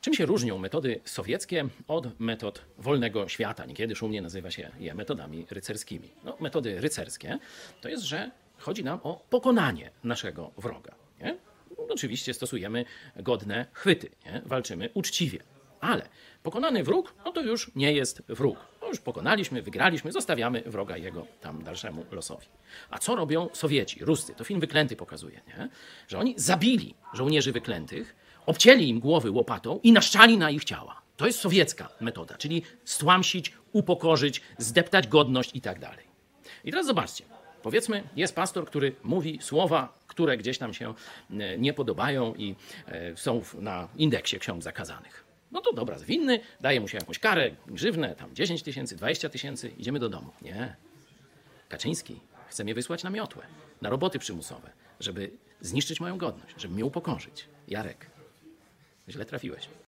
Czym się różnią metody sowieckie od metod wolnego świata? Niekiedy szumnie nazywa się je metodami rycerskimi. No, metody rycerskie to jest, że chodzi nam o pokonanie naszego wroga. Nie? Oczywiście stosujemy godne chwyty, nie? Walczymy uczciwie. Ale pokonany wróg, no to już nie jest wróg. No już pokonaliśmy, wygraliśmy, zostawiamy wroga jego tam dalszemu losowi. A co robią Sowieci, Ruscy? To film Wyklęty pokazuje, nie? Że oni zabili żołnierzy wyklętych, obcięli im głowy łopatą i naszczali na ich ciała. To jest sowiecka metoda, czyli stłamsić, upokorzyć, zdeptać godność i tak dalej. I teraz zobaczcie. Powiedzmy, jest pastor, który mówi słowa, które gdzieś tam się nie podobają i są na indeksie ksiąg zakazanych. No to dobra, winny, daje mu się jakąś karę, grzywnę, tam 10 000, 20 000, idziemy do domu. Nie. Kaczyński chce mnie wysłać na miotłę, na roboty przymusowe, żeby zniszczyć moją godność, żeby mnie upokorzyć. Jarek, źle trafiłeś.